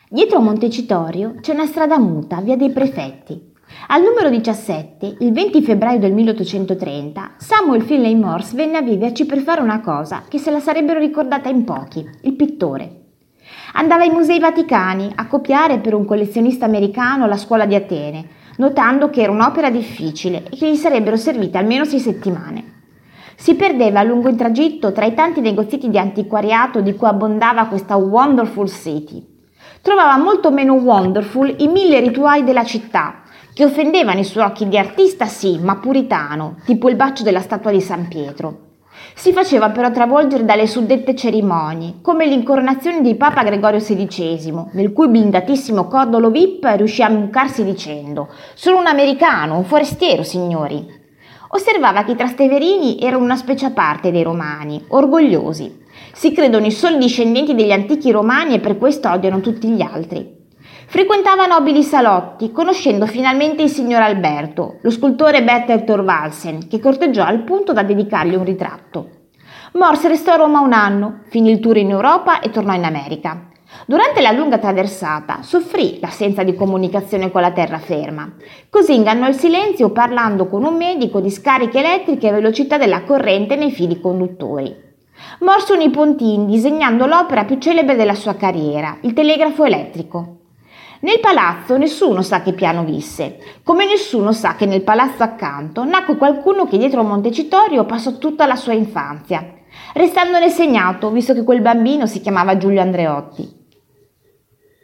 Dietro Montecitorio c'è una strada muta, via dei Prefetti. Al numero 17, il 20 febbraio del 1830, Samuel Finley Morse venne a viverci per fare una cosa che se la sarebbero ricordata in pochi, il pittore. Andava ai musei vaticani a copiare per un collezionista americano la scuola di Atene, notando che era un'opera difficile e che gli sarebbero servite almeno 6 settimane. Si perdeva lungo il tragitto tra i tanti negozietti di antiquariato di cui abbondava questa wonderful city. Trovava molto meno wonderful i 1000 rituali della città, che offendevano i suoi occhi di artista sì, ma puritano, tipo il bacio della statua di San Pietro. Si faceva però travolgere dalle suddette cerimonie, come l'incoronazione di Papa Gregorio XVI, nel cui blindatissimo cordolo VIP riuscì a muccarsi dicendo «Sono un americano, un forestiero, signori». Osservava che i trasteverini erano una specie a parte dei romani, orgogliosi. Si credono i soli discendenti degli antichi romani e per questo odiano tutti gli altri. Frequentava nobili salotti, conoscendo finalmente il signor Alberto, lo scultore Bertel Thorvaldsen, che corteggiò al punto da dedicargli un ritratto. Morse restò a Roma un anno, finì il tour in Europa e tornò in America. Durante la lunga traversata soffrì l'assenza di comunicazione con la terraferma. Così ingannò il silenzio parlando con un medico di scariche elettriche e velocità della corrente nei fili conduttori. Morse unì i puntini disegnando l'opera più celebre della sua carriera, il telegrafo elettrico. Nel palazzo nessuno sa che piano visse, come nessuno sa che nel palazzo accanto nacque qualcuno che dietro Montecitorio passò tutta la sua infanzia, restandone segnato visto che quel bambino si chiamava Giulio Andreotti.